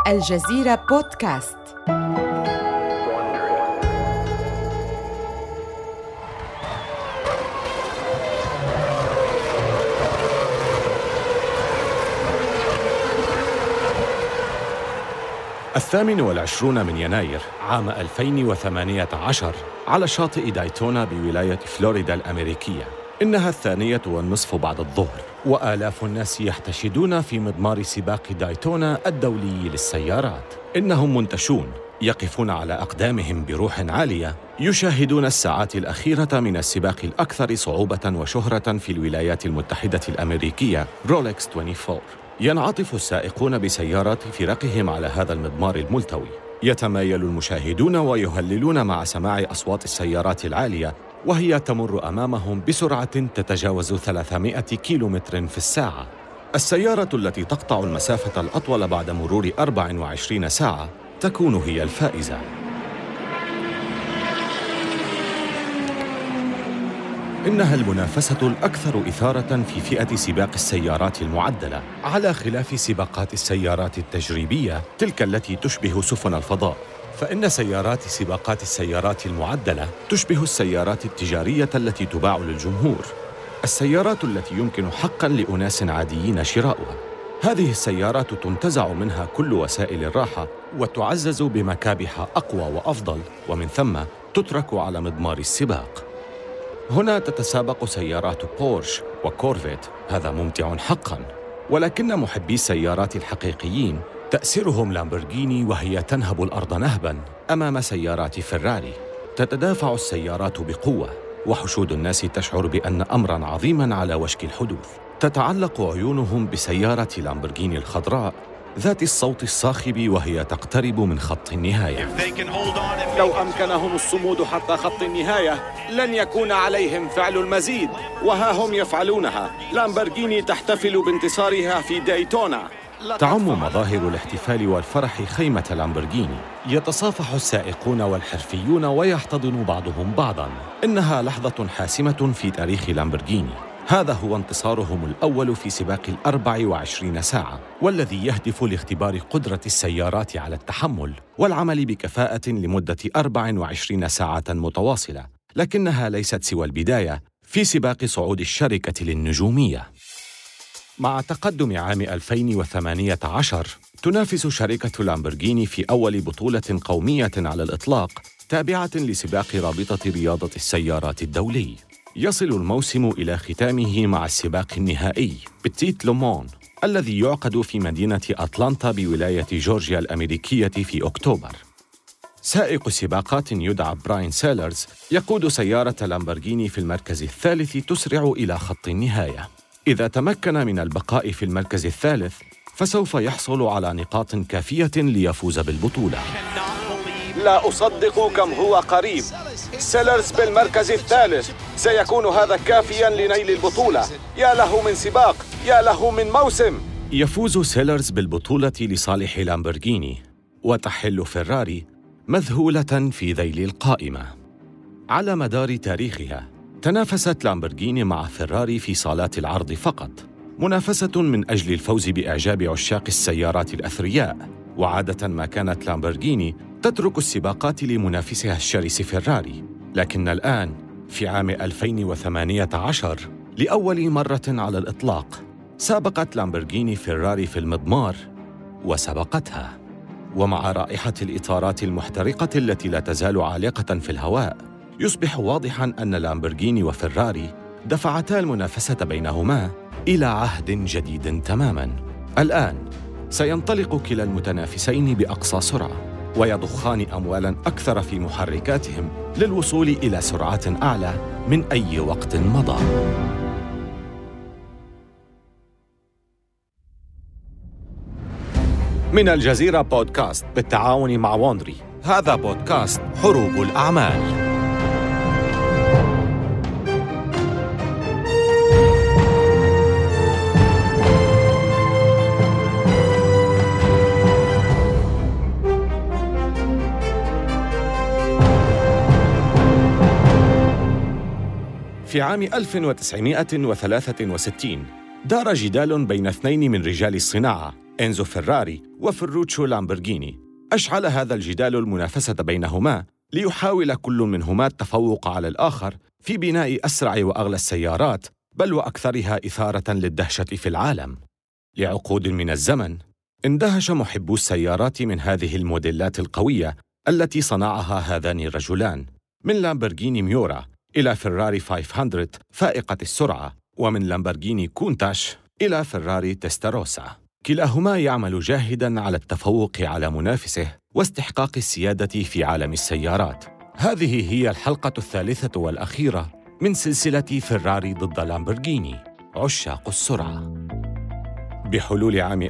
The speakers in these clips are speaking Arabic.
الجزيرة بودكاست. ال28 من يناير عام 2018 على شاطئ دايتونا بولاية فلوريدا الأمريكية. إنها 2:30 بعد الظهر، وآلاف الناس يحتشدون في مضمار سباق دايتونا الدولي للسيارات. إنهم منتشون يقفون على أقدامهم بروح عالية، يشاهدون الساعات الأخيرة من السباق الأكثر صعوبة وشهرة في الولايات المتحدة الأمريكية، رولكس 24. ينعطف السائقون بسيارات فرقهم على هذا المضمار الملتوي. يتمايل المشاهدون ويهللون مع سماع أصوات السيارات العالية وهي تمر أمامهم بسرعة تتجاوز 300 كيلومتر في الساعة. السيارة التي تقطع المسافة الأطول بعد مرور 24 ساعة تكون هي الفائزة. إنها المنافسة الأكثر إثارة في فئة سباق السيارات المعدلة، على خلاف سباقات السيارات التجريبية تلك التي تشبه سفن الفضاء. فإن سيارات سباقات السيارات المعدلة تشبه السيارات التجارية التي تباع للجمهور، السيارات التي يمكن حقاً لأناس عاديين شراؤها. هذه السيارات تنتزع منها كل وسائل الراحة وتعزز بمكابح أقوى وأفضل، ومن ثم تترك على مضمار السباق. هنا تتسابق سيارات بورش وكورفيت، هذا ممتع حقاً، ولكن محبي السيارات الحقيقيين تأسرهم لامبورغيني وهي تنهب الأرض نهباً أمام سيارات فيراري. تتدافع السيارات بقوة، وحشود الناس تشعر بأن أمراً عظيماً على وشك الحدوث. تتعلق عيونهم بسيارة لامبورغيني الخضراء ذات الصوت الصاخب وهي تقترب من خط النهاية. لو أمكنهم الصمود حتى خط النهاية لن يكون عليهم فعل المزيد، وها هم يفعلونها. لامبورغيني تحتفل بانتصارها في دايتونا. تعم مظاهر الاحتفال والفرح خيمة لامبورغيني، يتصافح السائقون والحرفيون ويحتضن بعضهم بعضاً. إنها لحظة حاسمة في تاريخ لامبورغيني. هذا هو انتصارهم الأول في سباق 24 ساعة، والذي يهدف لاختبار قدرة السيارات على التحمل والعمل بكفاءة لمدة 24 ساعة متواصلة. لكنها ليست سوى البداية في سباق صعود الشركة للنجومية. مع تقدم عام 2018 تنافس شركة لامبورغيني في أول بطولة قومية على الإطلاق تابعة لسباق رابطة رياضة السيارات الدولي. يصل الموسم إلى ختامه مع السباق النهائي بتيت لومون الذي يعقد في مدينة أتلانتا بولاية جورجيا الأمريكية في أكتوبر. سائق السباقات يدعى براين سيلرز يقود سيارة لامبورغيني في المركز الثالث تسرع إلى خط النهاية. إذا تمكن من البقاء في المركز الثالث فسوف يحصل على نقاط كافية ليفوز بالبطولة. لا أصدق كم هو قريب. سيلرز بالمركز الثالث، سيكون هذا كافياً لنيل البطولة. يا له من سباق، يا له من موسم. يفوز سيلرز بالبطولة لصالح لامبورغيني، وتحل فيراري مذهولة في ذيل القائمة. على مدار تاريخها تنافست لامبورغيني مع فيراري في صالات العرض فقط، منافسة من أجل الفوز بإعجاب عشاق السيارات الأثرياء. وعادة ما كانت لامبورغيني تترك السباقات لمنافسها الشرس فيراري، لكن الآن في عام 2018 لأول مرة على الإطلاق سابقت لامبورغيني فيراري في المضمار وسبقتها. ومع رائحة الإطارات المحترقة التي لا تزال عالقة في الهواء، يصبح واضحاً أن لامبورغيني وفيراري دفعتا المنافسة بينهما إلى عهد جديد تماماً. الآن سينطلق كلا المتنافسين بأقصى سرعة، ويضخان أموالاً أكثر في محركاتهم للوصول إلى سرعات أعلى من أي وقت مضى. من الجزيرة بودكاست بالتعاون مع وندري، هذا بودكاست حروب الأعمال. في عام 1963 دار جدال بين اثنين من رجال الصناعة، إنزو فيراري وفيروتشو لامبورغيني. أشعل هذا الجدال المنافسة بينهما ليحاول كل منهما التفوق على الآخر في بناء أسرع وأغلى السيارات، بل وأكثرها إثارة للدهشة في العالم. لعقود من الزمن اندهش محبو السيارات من هذه الموديلات القوية التي صنعها هذان الرجلان، من لامبورغيني ميورا إلى فيراري 500 فائقة السرعة، ومن لامبورغيني كونتاش إلى فيراري تستاروسا. كلاهما يعمل جاهداً على التفوق على منافسه واستحقاق السيادة في عالم السيارات. هذه هي الحلقة الثالثة والأخيرة من سلسلة فيراري ضد لامبورغيني، عشاق السرعة. بحلول عام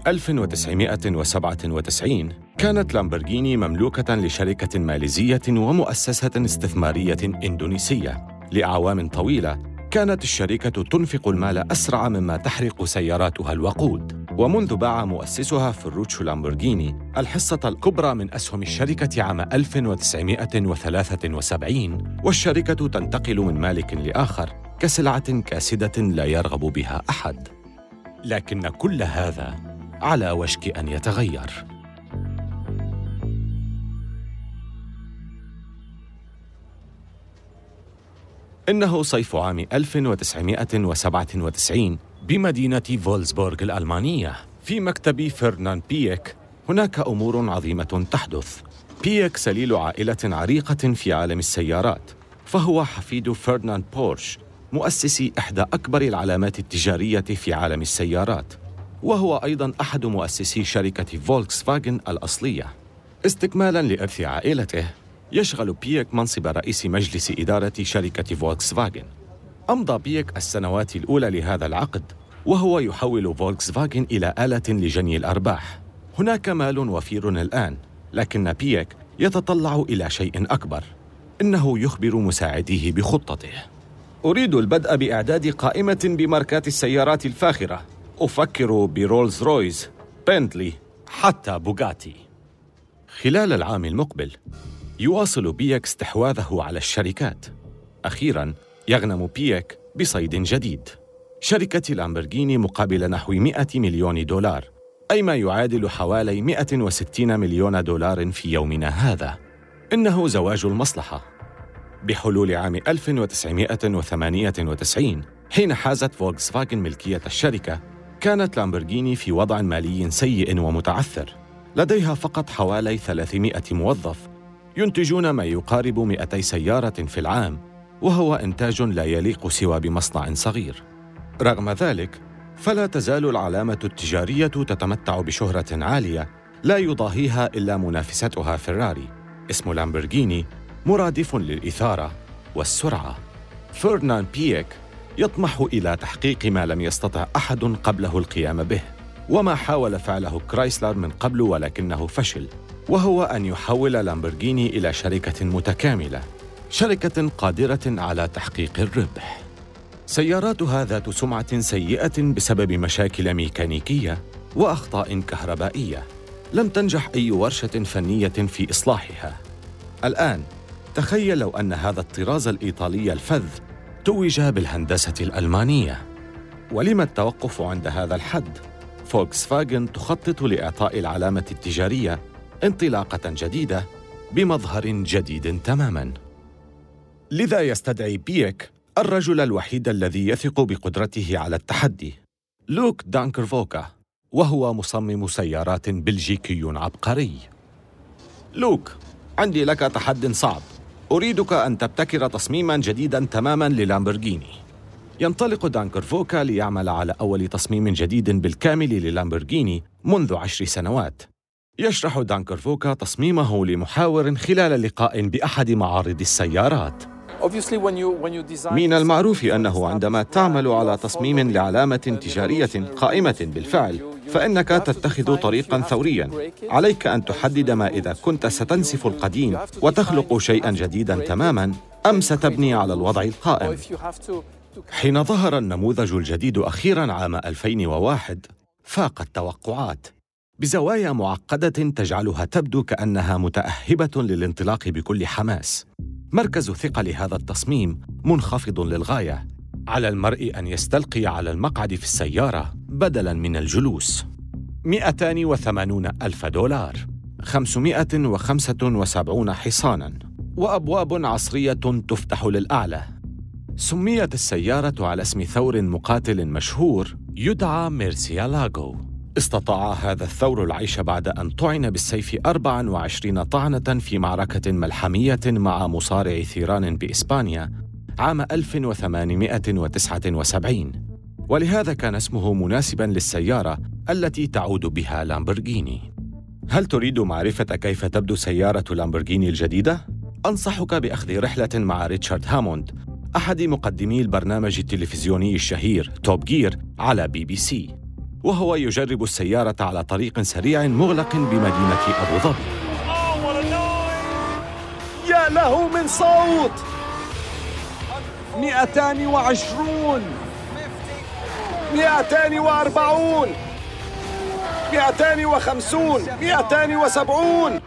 1997 كانت لامبورغيني مملوكة لشركة ماليزية ومؤسسة استثمارية إندونيسية. لأعوام طويلة كانت الشركة تنفق المال أسرع مما تحرق سياراتها الوقود، ومنذ باع مؤسسها فيروتشو لامبورغيني الحصة الكبرى من أسهم الشركة عام 1973، والشركة تنتقل من مالك لآخر كسلعة كاسدة لا يرغب بها أحد. لكن كل هذا على وشك أن يتغير. إنه صيف عام 1997 بمدينة فولسبورغ الألمانية. في مكتب فرناند بييك هناك أمور عظيمة تحدث. بييك سليل عائلة عريقة في عالم السيارات، فهو حفيد فرناند بورش، مؤسس إحدى أكبر العلامات التجارية في عالم السيارات، وهو أيضاً أحد مؤسسي شركة فولكس فاغن الأصلية. استكمالاً لإرث عائلته، يشغل بييك منصب رئيس مجلس إدارة شركة فولكس فاغن. أمضى بييك السنوات الأولى لهذا العقد وهو يحول فولكس فاغن إلى آلة لجني الأرباح. هناك مال وفير الآن، لكن بييك يتطلع إلى شيء أكبر. إنه يخبر مساعديه بخطته. أريد البدء بإعداد قائمة بماركات السيارات الفاخرة. أفكر برولز رويس، بنتلي، حتى بوغاتي. خلال العام المقبل يواصل بييك استحواذه على الشركات. أخيراً يغنم بييك بصيد جديد، شركة لامبورغيني مقابل نحو 100 مليون دولار، أي ما يعادل حوالي 160 مليون دولار في يومنا هذا. إنه زواج المصلحة. بحلول عام 1998 حين حازت فولكس فاغن ملكية الشركة، كانت لامبورغيني في وضع مالي سيء ومتعثر. لديها فقط حوالي 300 موظف ينتجون ما يقارب 200 سيارة في العام، وهو إنتاج لا يليق سوى بمصنع صغير. رغم ذلك فلا تزال العلامة التجارية تتمتع بشهرة عالية لا يضاهيها إلا منافستها فيراري. اسم لامبورغيني مرادف للإثارة والسرعة. فرناند بييك يطمح إلى تحقيق ما لم يستطع أحد قبله القيام به، وما حاول فعله كرايسلر من قبل ولكنه فشل، وهو أن يحول لامبورغيني إلى شركة متكاملة، شركة قادرة على تحقيق الربح. سياراتها ذات سمعة سيئة بسبب مشاكل ميكانيكية وأخطاء كهربائية. لم تنجح أي ورشة فنية في إصلاحها. الآن تخيل لو أن هذا الطراز الإيطالي الفذ توج بالهندسة الألمانية. ولم التوقف عند هذا الحد؟ فولكس فاغن تخطط لإعطاء العلامة التجارية انطلاقة جديدة بمظهر جديد تماماً. لذا يستدعي بييك الرجل الوحيد الذي يثق بقدرته على التحدي، لوك دانكرفوكا، وهو مصمم سيارات بلجيكي عبقري. لوك، عندي لك تحد صعب. أريدك أن تبتكر تصميماً جديداً تماماً للامبورغيني. ينطلق دانكرفوكا ليعمل على أول تصميم جديد بالكامل للامبورغيني منذ 10 سنوات. يشرح دانكرفوكا تصميمه لمحاور خلال لقاء بأحد معارض السيارات. من المعروف أنه عندما تعمل على تصميم لعلامة تجارية قائمة بالفعل، فإنك تتخذ طريقاً ثورياً. عليك أن تحدد ما إذا كنت ستنسف القديم وتخلق شيئاً جديداً تماماً، أم ستبني على الوضع القائم. حين ظهر النموذج الجديد أخيراً عام 2001 فاق التوقعات، بزوايا معقدة تجعلها تبدو كأنها متأهبة للانطلاق بكل حماس. مركز ثقل هذا التصميم منخفض للغاية. على المرء أن يستلقي على المقعد في السيارة بدلاً من الجلوس. 280,000 دولار، 575 حصاناً، وأبواب عصرية تفتح للأعلى. سميت السيارة على اسم ثور مقاتل مشهور يدعى ميرسيالاغو. استطاع هذا الثور العيش بعد أن طعن بالسيف 24 طعنة في معركة ملحمية مع مصارع ثيران بإسبانيا عام 1879، ولهذا كان اسمه مناسباً للسيارة التي تعود بها لامبورغيني. هل تريد معرفة كيف تبدو سيارة لامبورغيني الجديدة؟ أنصحك بأخذ رحلة مع ريتشارد هاموند، أحد مقدمي البرنامج التلفزيوني الشهير توب جير على BBC، وهو يجرب السيارة على طريق سريع مغلق بمدينة أبو ظبي. يا له من صوت! 220 240 250 270.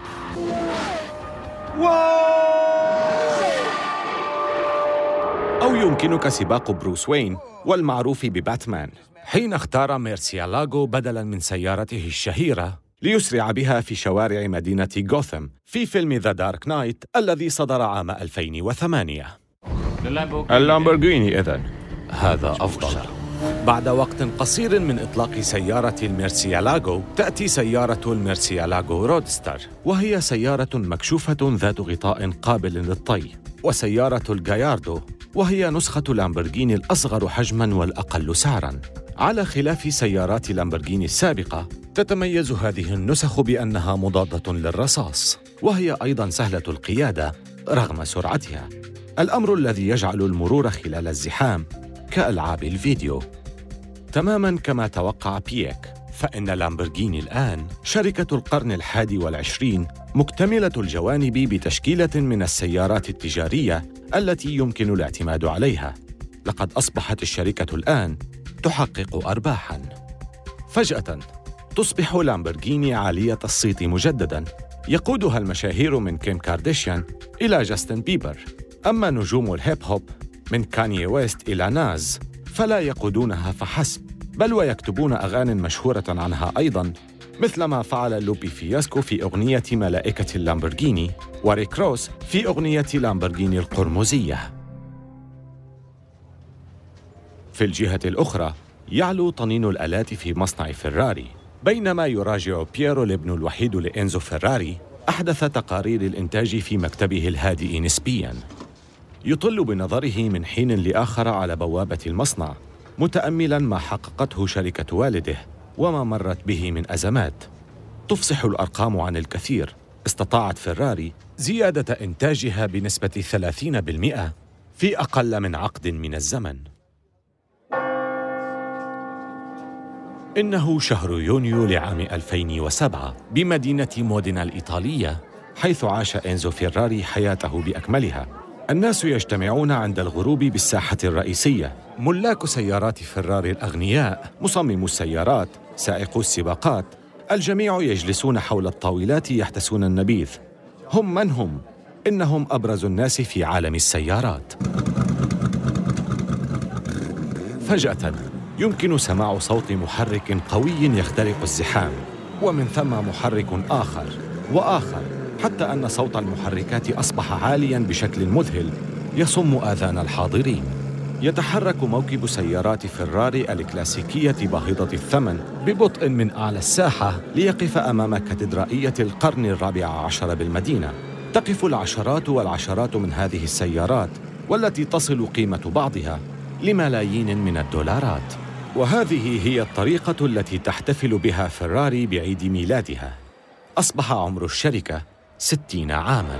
أو يمكنك سباق بروس وين والمعروف بباتمان حين اختار ميرسيالاغو بدلاً من سيارته الشهيرة ليسرع بها في شوارع مدينة غوثام في فيلم ذا دارك نايت الذي صدر عام 2008. اللامبورغيني إذن هذا أفضل. بعد وقت قصير من إطلاق سيارة الميرسيالاغو تأتي سيارة الميرسيالاغو رودستر، وهي سيارة مكشوفة ذات غطاء قابل للطي، وسيارة الجاياردو وهي نسخة لامبورغيني الأصغر حجماً والأقل سعراً. على خلاف سيارات لامبورغيني السابقة، تتميز هذه النسخ بأنها مضادة للرصاص، وهي أيضاً سهلة القيادة رغم سرعتها، الأمر الذي يجعل المرور خلال الزحام كألعاب الفيديو. تماماً كما توقع بييك، فإن لامبورغيني الآن شركة القرن 21 مكتملة الجوانب بتشكيلة من السيارات التجارية التي يمكن الاعتماد عليها. لقد أصبحت الشركة الآن تحقق أرباحاً. فجأة تصبح لامبورغيني عالية الصيت مجدداً، يقودها المشاهير من كيم كارديشيان إلى جاستن بيبر. أما نجوم الهيب هوب من كانيي ويست إلى ناز فلا يقودونها فحسب، بل ويكتبون أغاني مشهورة عنها أيضاً، مثل ما فعل لوبي فياسكو في أغنية ملائكة اللامبورغيني، وريك روس في أغنية لامبورغيني القرمزية. في الجهة الأخرى يعلو طنين الآلات في مصنع فيراري، بينما يراجع بييرو الابن الوحيد لإنزو فيراري أحدث تقارير الإنتاج في مكتبه الهادئ نسبياً. يطل بنظره من حين لآخر على بوابة المصنع، متأملاً ما حققته شركة والده وما مرت به من أزمات. تفصح الأرقام عن الكثير. استطاعت فيراري زيادة إنتاجها بنسبة 30% في أقل من عقد من الزمن. إنه شهر يونيو لعام 2007 بمدينة مودينا الإيطالية، حيث عاش إنزو فيراري حياته بأكملها. الناس يجتمعون عند الغروب بالساحة الرئيسية، ملاك سيارات فيراري الأغنياء، مصممو السيارات، سائقو السباقات، الجميع يجلسون حول الطاولات يحتسون النبيذ. هم من هم؟ إنهم أبرز الناس في عالم السيارات. فجأة يمكن سماع صوت محرك قوي يخترق الزحام، ومن ثم محرك آخر وآخر، حتى أن صوت المحركات أصبح عالياً بشكل مذهل يصم آذان الحاضرين. يتحرك موكب سيارات فيراري الكلاسيكية باهظة الثمن ببطء من أعلى الساحة ليقف أمام كاتدرائية القرن 14 بالمدينة. تقف العشرات والعشرات من هذه السيارات، والتي تصل قيمة بعضها لملايين من الدولارات. وهذه هي الطريقة التي تحتفل بها فيراري بعيد ميلادها. أصبح عمر الشركة 60 عاماً.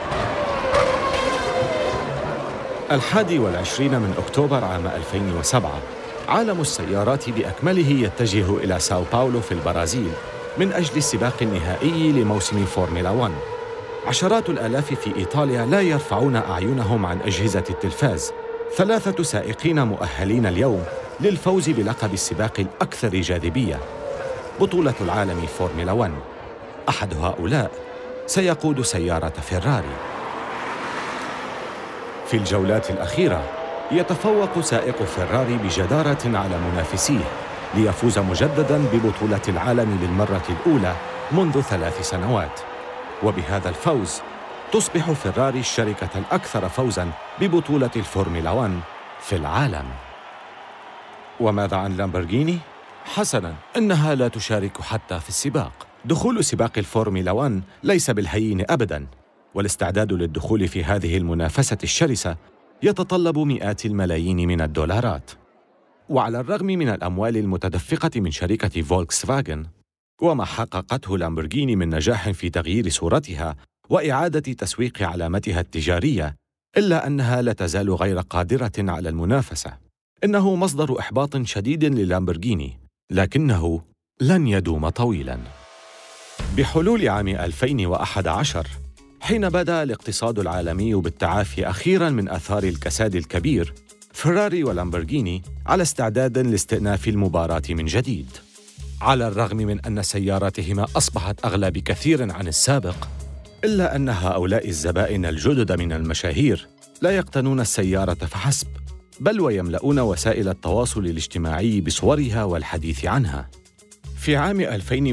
21 من أكتوبر عام 2007 عالم السيارات بأكمله يتجه إلى ساو باولو في البرازيل من أجل السباق النهائي لموسم فورمولا 1. عشرات الآلاف في إيطاليا لا يرفعون أعينهم عن أجهزة التلفاز. 3 سائقين مؤهلين اليوم للفوز بلقب السباق الأكثر جاذبية، بطولة العالم فورمولا 1. أحد هؤلاء سيقود سيارة فيراري. في الجولات الأخيرة يتفوق سائق فيراري بجدارة على منافسيه، ليفوز مجدداً ببطولة العالم للمرة الأولى منذ 3 سنوات. وبهذا الفوز تصبح فيراري الشركة الأكثر فوزاً ببطولة الفورمولا 1 في العالم. وماذا عن لامبورغيني؟ حسناً، إنها لا تشارك حتى في السباق. دخول سباق الفورمولا 1 ليس بالهين أبداً، والاستعداد للدخول في هذه المنافسة الشرسة يتطلب مئات الملايين من الدولارات. وعلى الرغم من الأموال المتدفقة من شركة فولكس فاغن وما حققته لامبورغيني من نجاح في تغيير صورتها وإعادة تسويق علامتها التجارية، إلا أنها لا تزال غير قادرة على المنافسة. إنه مصدر إحباط شديد للامبورغيني، لكنه لن يدوم طويلاً. بحلول عام 2011، حين بدأ الاقتصاد العالمي بالتعافي أخيراً من آثار الكساد الكبير، فيراري ولامبورغيني على استعداد لاستئناف المباراة من جديد. على الرغم من أن سياراتهما أصبحت أغلى بكثير عن السابق، إلا أن هؤلاء الزبائن الجدد من المشاهير لا يقتنون السيارة فحسب، بل ويملؤون وسائل التواصل الاجتماعي بصورها والحديث عنها. في عام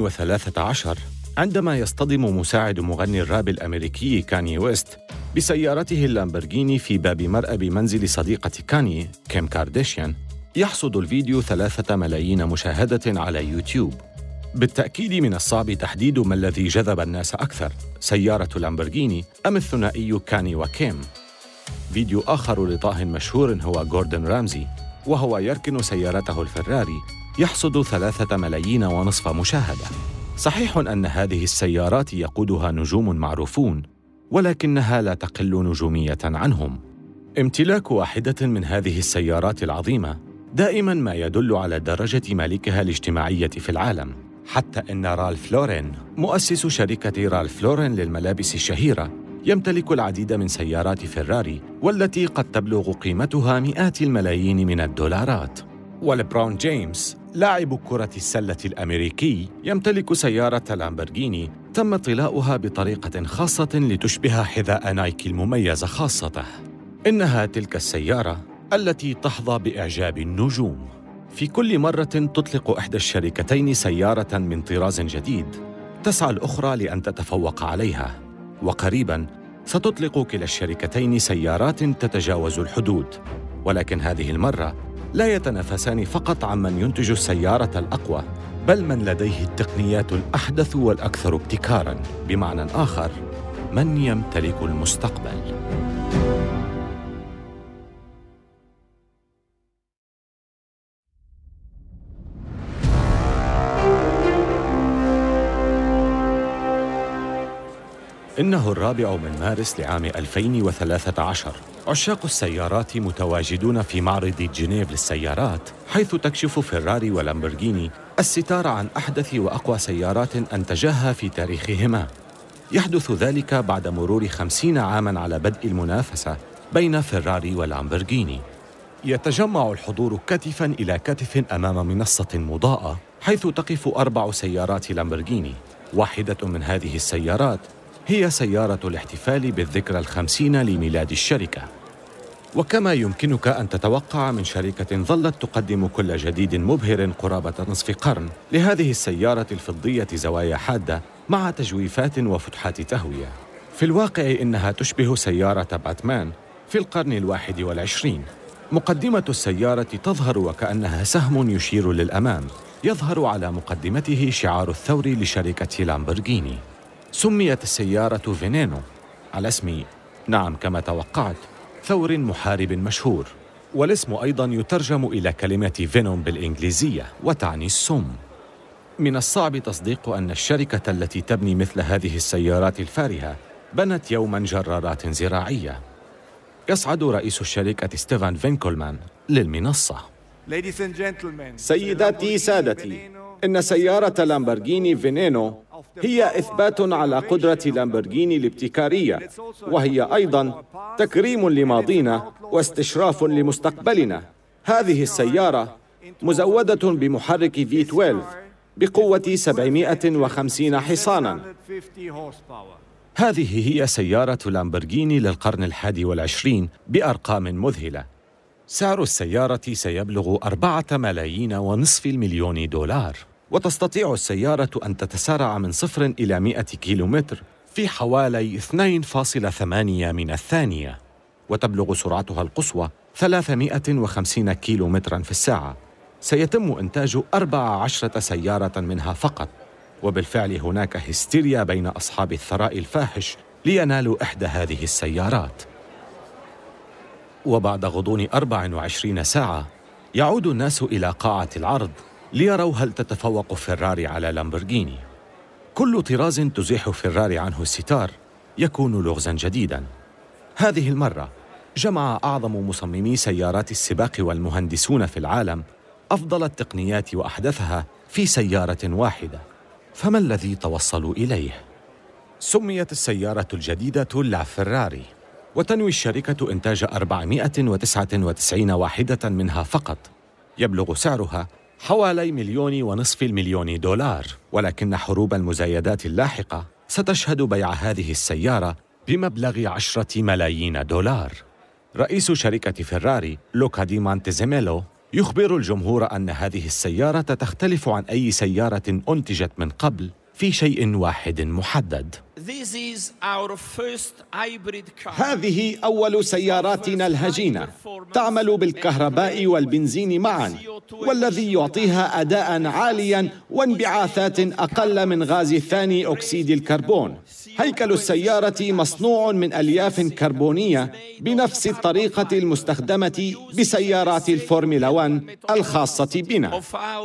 2013، عندما يصطدم مساعد مغني الراب الأمريكي كاني ويست بسيارته اللامبورغيني في باب مرأب منزل صديقة كاني كيم كارداشيان، يحصد الفيديو 3 ملايين مشاهدة على يوتيوب. بالتأكيد من الصعب تحديد ما الذي جذب الناس أكثر، سيارة لامبورغيني أم الثنائي كاني وكيم. فيديو آخر لطاه مشهور هو غوردن رامزي، وهو يركن سيارته الفراري، يحصد 3.5 ملايين مشاهدة. صحيح أن هذه السيارات يقودها نجوم معروفون، ولكنها لا تقل نجومية عنهم. امتلاك واحدة من هذه السيارات العظيمة دائماً ما يدل على درجة مالكها الاجتماعية في العالم، حتى إن رالف لورين، مؤسس شركة رالف لورين للملابس الشهيرة، يمتلك العديد من سيارات فيراري، والتي قد تبلغ قيمتها مئات الملايين من الدولارات. ولبرون جيمس، لاعب كرة السلة الأمريكي، يمتلك سيارة لامبورغيني تم طلاؤها بطريقة خاصة لتشبه حذاء نايكي المميز خاصته. إنها تلك السيارة التي تحظى بإعجاب النجوم. في كل مرة تطلق إحدى الشركتين سيارة من طراز جديد، تسعى الأخرى لأن تتفوق عليها، وقريباً ستطلق كلا الشركتين سيارات تتجاوز الحدود. ولكن هذه المرة لا يتنافسان فقط عن من ينتج السيارة الأقوى، بل من لديه التقنيات الأحدث والأكثر ابتكاراً، بمعنى آخر من يمتلك المستقبل. إنه 4 مارس لعام 2013. عشاق السيارات متواجدون في معرض جنيف للسيارات، حيث تكشف فيراري ولامبورغيني الستار عن أحدث وأقوى سيارات أنتجاها في تاريخهما. يحدث ذلك بعد مرور 50 عاماً على بدء المنافسة بين فيراري ولامبورغيني. يتجمع الحضور كتفاً إلى كتف أمام منصة مضاءة، حيث تقف 4 سيارات لامبورغيني. واحدة من هذه السيارات هي سيارة الاحتفال بالذكرى 50 لميلاد الشركة. وكما يمكنك أن تتوقع من شركة ظلت تقدم كل جديد مبهر قرابة نصف قرن، لهذه السيارة الفضية زوايا حادة مع تجويفات وفتحات تهوية. في الواقع إنها تشبه سيارة باتمان في القرن 21. مقدمة السيارة تظهر وكأنها سهم يشير للأمام، يظهر على مقدمته شعار الثور لشركة لامبورغيني. سميت السيارة فينينو على اسم، نعم كما توقعت، ثور محارب مشهور، والاسم أيضاً يترجم إلى كلمة فينوم بالإنجليزية وتعني السم. من الصعب تصديق أن الشركة التي تبني مثل هذه السيارات الفارهة بنت يوماً جرارات زراعية. يصعد رئيس الشركة ستيفان فينكولمان للمنصة. سيداتي سادتي، إن سيارة لامبورغيني فينينو هي إثبات على قدرة لامبورغيني الابتكارية، وهي أيضاً تكريم لماضينا واستشراف لمستقبلنا. هذه السيارة مزودة بمحرك V12 بقوة 750 حصاناً. هذه هي سيارة لامبورغيني للقرن 21 بأرقام مذهلة. سعر السيارة سيبلغ 4,500,000 دولار، وتستطيع السيارة أن تتسارع من 0 إلى 100 كيلومتر في حوالي 2.8 من الثانية، وتبلغ سرعتها القصوى 350 كيلومتراً في الساعة. سيتم إنتاج 14 سيارة منها فقط، وبالفعل هناك هستيريا بين أصحاب الثراء الفاحش لينالوا إحدى هذه السيارات. وبعد غضون 24 ساعة يعود الناس إلى قاعة العرض ليروا هل تتفوق فيراري على لامبورغيني. كل طراز تزيح فيراري عنه الستار يكون لغزاً جديداً. هذه المرة جمع أعظم مصممي سيارات السباق والمهندسون في العالم أفضل التقنيات وأحدثها في سيارة واحدة. فما الذي توصلوا إليه؟ سميت السيارة الجديدة لا فيراري، وتنوي الشركة إنتاج 499 واحدة منها فقط، يبلغ سعرها حوالي 1,500,000 دولار. ولكن حروب المزايدات اللاحقة ستشهد بيع هذه السيارة بمبلغ 10 ملايين دولار. رئيس شركة فيراري لوكا دي مونتيزيميلو يخبر الجمهور أن هذه السيارة تختلف عن أي سيارة أنتجت من قبل في شيء واحد محدد. هذه أول سياراتنا الهجينة، تعمل بالكهرباء والبنزين معاً، والذي يعطيها أداءً عالياً وانبعاثات أقل من غاز ثاني أكسيد الكربون. هيكل السيارة مصنوع من ألياف كربونية بنفس الطريقة المستخدمة بسيارات الفورمولا 1 الخاصة بنا.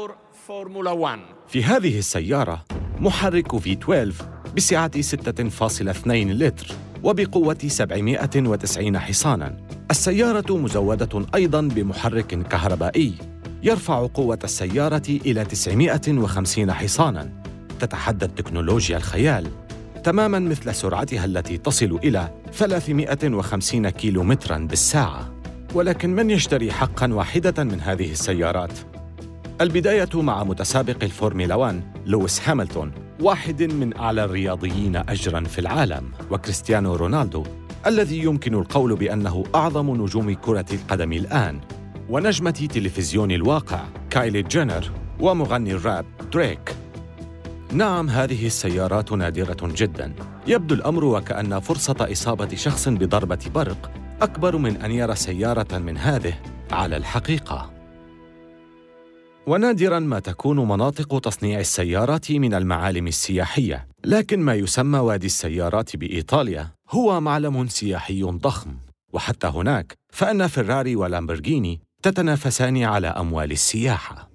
في هذه السيارة محرك V12 بسعة 6.2 لتر وبقوة 790 حصاناً. السيارة مزودة أيضاً بمحرك كهربائي يرفع قوة السيارة إلى 950 حصاناً. تتحدى تكنولوجيا الخيال تماماً مثل سرعتها التي تصل إلى 350 كيلومتراً بالساعة. ولكن من يشتري حقاً واحدة من هذه السيارات؟ البداية مع متسابق الفورمولا 1 لويس هاملتون، واحد من أعلى الرياضيين أجراً في العالم، وكريستيانو رونالدو الذي يمكن القول بأنه أعظم نجوم كرة القدم الآن، ونجمة تلفزيون الواقع كايلي جينر، ومغني الراب دريك. نعم، هذه السيارات نادرة جداً. يبدو الأمر وكأن فرصة إصابة شخص بضربة برق أكبر من أن يرى سيارة من هذه على الحقيقة. ونادراً ما تكون مناطق تصنيع السيارات من المعالم السياحية، لكن ما يسمى وادي السيارات بإيطاليا هو معلم سياحي ضخم. وحتى هناك فإن فيراري ولامبورغيني تتنافسان على أموال السياحة.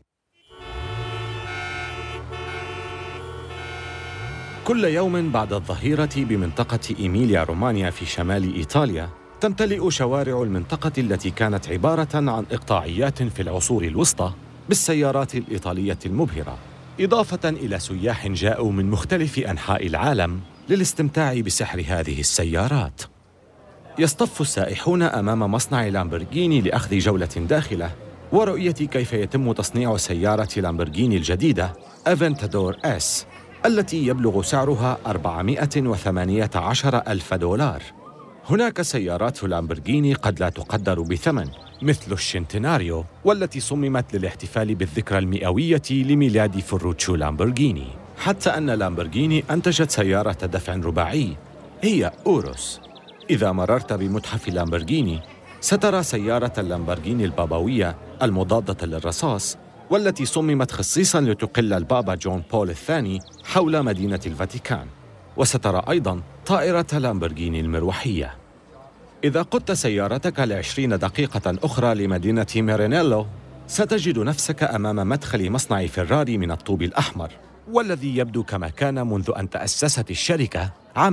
كل يوم بعد الظهيرة بمنطقة إيميليا رومانيا في شمال إيطاليا تمتلئ شوارع المنطقة التي كانت عبارة عن إقطاعيات في العصور الوسطى بالسيارات الإيطالية المبهرة، إضافة إلى سياح جاءوا من مختلف أنحاء العالم للاستمتاع بسحر هذه السيارات. يصطف السائحون أمام مصنع لامبورغيني لأخذ جولة داخله ورؤية كيف يتم تصنيع سيارة لامبورغيني الجديدة أفنتادور S التي يبلغ سعرها 418,000 دولار. هناك سيارات لامبورغيني قد لا تقدر بثمن، مثل الشنتناريو والتي صممت للاحتفال بالذكرى المئوية لميلاد فروتشو لامبورغيني. حتى أن لامبورغيني أنتجت سيارة دفع رباعي هي أوروس. إذا مررت بمتحف لامبورغيني سترى سيارة اللامبورغيني البابوية المضادة للرصاص والتي صممت خصيصاً لتقل البابا جون بول الثاني حول مدينة الفاتيكان، وسترى أيضاً طائرة لامبورغيني المروحية. إذا قدت سيارتك ل20 دقيقة أخرى لمدينة ميرينيلو ستجد نفسك أمام مدخل مصنع فيراري من الطوب الأحمر، والذي يبدو كما كان منذ أن تأسست الشركة عام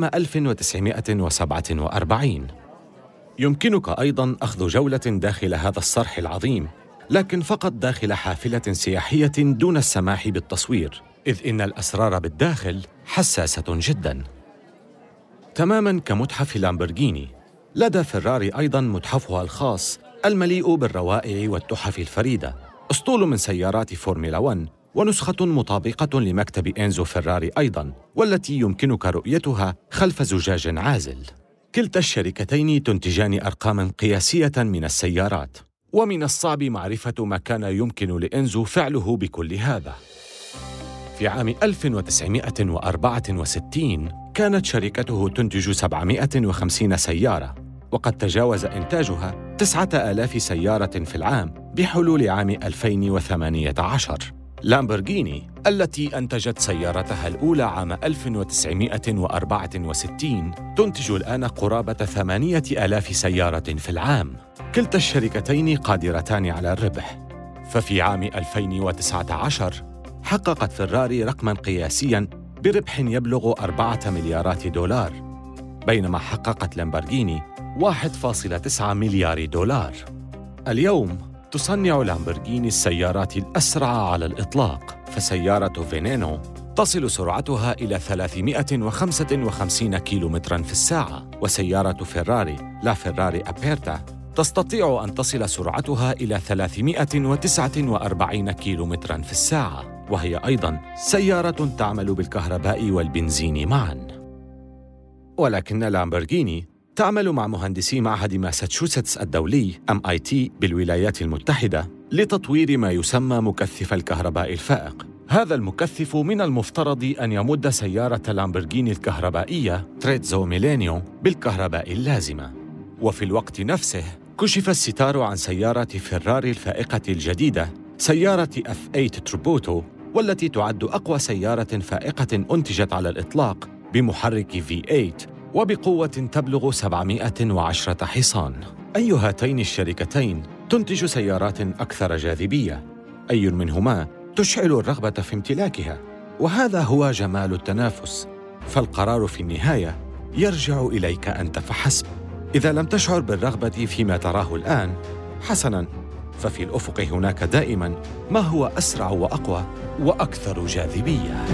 1947. يمكنك أيضاً أخذ جولة داخل هذا الصرح العظيم، لكن فقط داخل حافلة سياحية دون السماح بالتصوير، إذ إن الأسرار بالداخل حساسة جداً. تماماً كمتحف لامبورغيني، لدى فيراري أيضاً متحفها الخاص المليء بالروائع والتحف الفريدة، أسطول من سيارات فورمولا 1 ونسخة مطابقة لمكتب إنزو فيراري أيضاً، والتي يمكنك رؤيتها خلف زجاج عازل. كلتا الشركتين تنتجان أرقاماً قياسية من السيارات، ومن الصعب معرفة ما كان يمكن لإنزو فعله بكل هذا. في عام 1964 كانت شركته تنتج 750 سيارة، وقد تجاوز إنتاجها 9000 سيارة في العام بحلول عام 2018. لامبورغيني التي أنتجت سيارتها الأولى عام 1964 تنتج الآن قرابة 8000 سيارة في العام. كلتا الشركتين قادرتان على الربح. ففي عام 2019 حققت فيراري رقماً قياسياً بربح يبلغ 4 مليارات دولار، بينما حققت لامبورغيني 1.9 مليار دولار. اليوم تصنع لامبورغيني السيارات الأسرع على الإطلاق، فسيارة فينينو تصل سرعتها إلى 355 كيلومتراً في الساعة، وسيارة فيراري لا فيراري أبيرتا تستطيع أن تصل سرعتها إلى 349 كيلومتراً في الساعة، وهي أيضاً سيارة تعمل بالكهرباء والبنزين معاً. ولكن لامبورغيني تعمل مع مهندسي معهد ماساتشوستس الدولي MIT بالولايات المتحدة لتطوير ما يسمى مكثف الكهرباء الفائق. هذا المكثف من المفترض أن يمد سيارة لامبورغيني الكهربائية تريتزو ميلينيو بالكهرباء اللازمة. وفي الوقت نفسه كشف الستار عن سيارة فيراري الفائقة الجديدة، سيارة F8 تروبوتو، والتي تعد أقوى سيارة فائقة أنتجت على الإطلاق بمحرك V8 وبقوة تبلغ 710 حصان. أي هاتين الشركتين تنتج سيارات أكثر جاذبية؟ أي منهما تشعل الرغبة في امتلاكها؟ وهذا هو جمال التنافس، فالقرار في النهاية يرجع إليك أنت فحسب. إذا لم تشعر بالرغبة فيما تراه الآن، حسناً، ففي الأفق هناك دائماً ما هو أسرع وأقوى وأكثر جاذبية.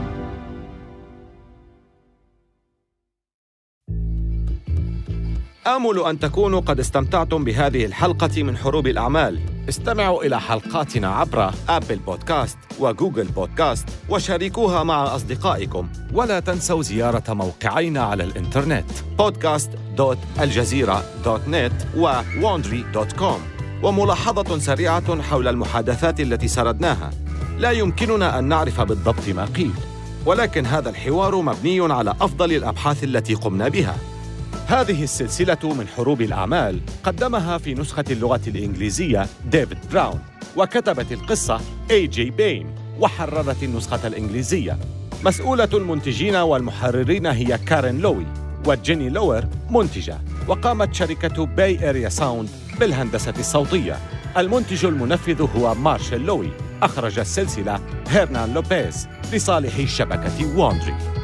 آمل أن تكونوا قد استمتعتم بهذه الحلقة من حروب الأعمال. استمعوا إلى حلقاتنا عبر آبل بودكاست وجوجل بودكاست وشاركوها مع أصدقائكم، ولا تنسوا زيارة موقعينا على الإنترنت podcast.aljazeera.net و wandry.com. وملاحظة سريعة حول المحادثات التي سردناها: لا يمكننا أن نعرف بالضبط ما قيل، ولكن هذا الحوار مبني على أفضل الأبحاث التي قمنا بها. هذه السلسلة من حروب الأعمال قدمها في نسخة اللغة الإنجليزية ديفيد براون، وكتبت القصة AJ بين، وحررت النسخة الإنجليزية. مسؤولة المنتجين والمحررين هي كارين لوي، وجيني لوير منتجة، وقامت شركة باي إيريا ساوند بالهندسة الصوتية. المنتج المنفذ هو مارشال لوي. أخرج السلسلة هيرنان لوبيز لصالح شبكة واندري.